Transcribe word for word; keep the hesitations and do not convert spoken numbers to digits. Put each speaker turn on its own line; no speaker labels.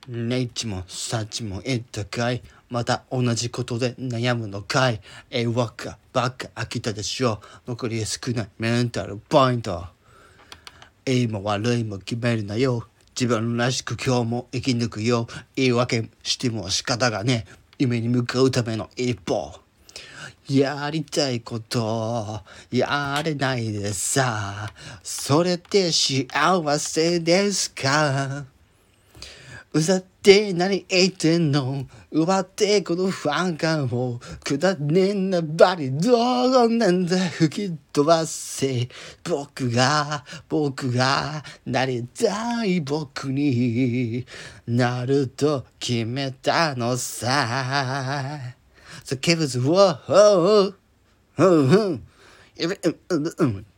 ネイチもサチも言ったかい。また同じことで悩むのかい。ええわかばっか飽きたでしょ。残り少ないメンタルポイント。いいも悪いも決めるなよ。自分らしく今日も生き抜くよ。言い訳しても仕方がね。夢に向かうための一歩。やりたいことやれないでさ。それって幸せですか？うざって何言ってんの？奪ってこのファン感をくだねんなバリどうなんだ吹き飛ばせ。僕が僕がなりたい僕になると決めたのさ。叫ぶぞ、oh, oh, oh, oh, oh.